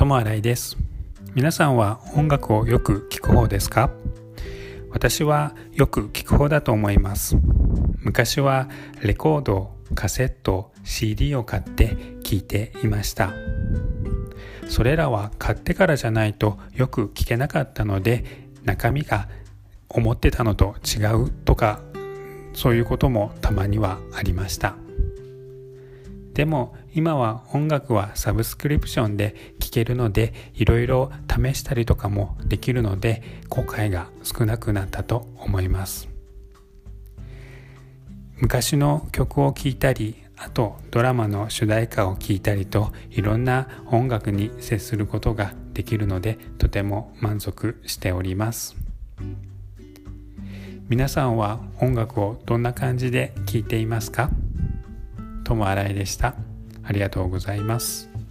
友新井です。皆さんは音楽をよく聴く方ですか？私はよく聴く方だと思います。昔はレコード、カセット、CD を買って聴いていました。それらは買ってからじゃないとよく聴けなかったので、中身が思ってたのと違うとか、そういうこともたまにはありました。でも今は音楽はサブスクリプションで聴けるので、いろいろ試したりとかもできるので、後悔が少なくなったと思います。昔の曲を聴いたり、あとドラマの主題歌を聴いたりと、いろんな音楽に接することができるので、とても満足しております。皆さんは音楽をどんな感じで聴いていますか？友新井でした。ありがとうございます。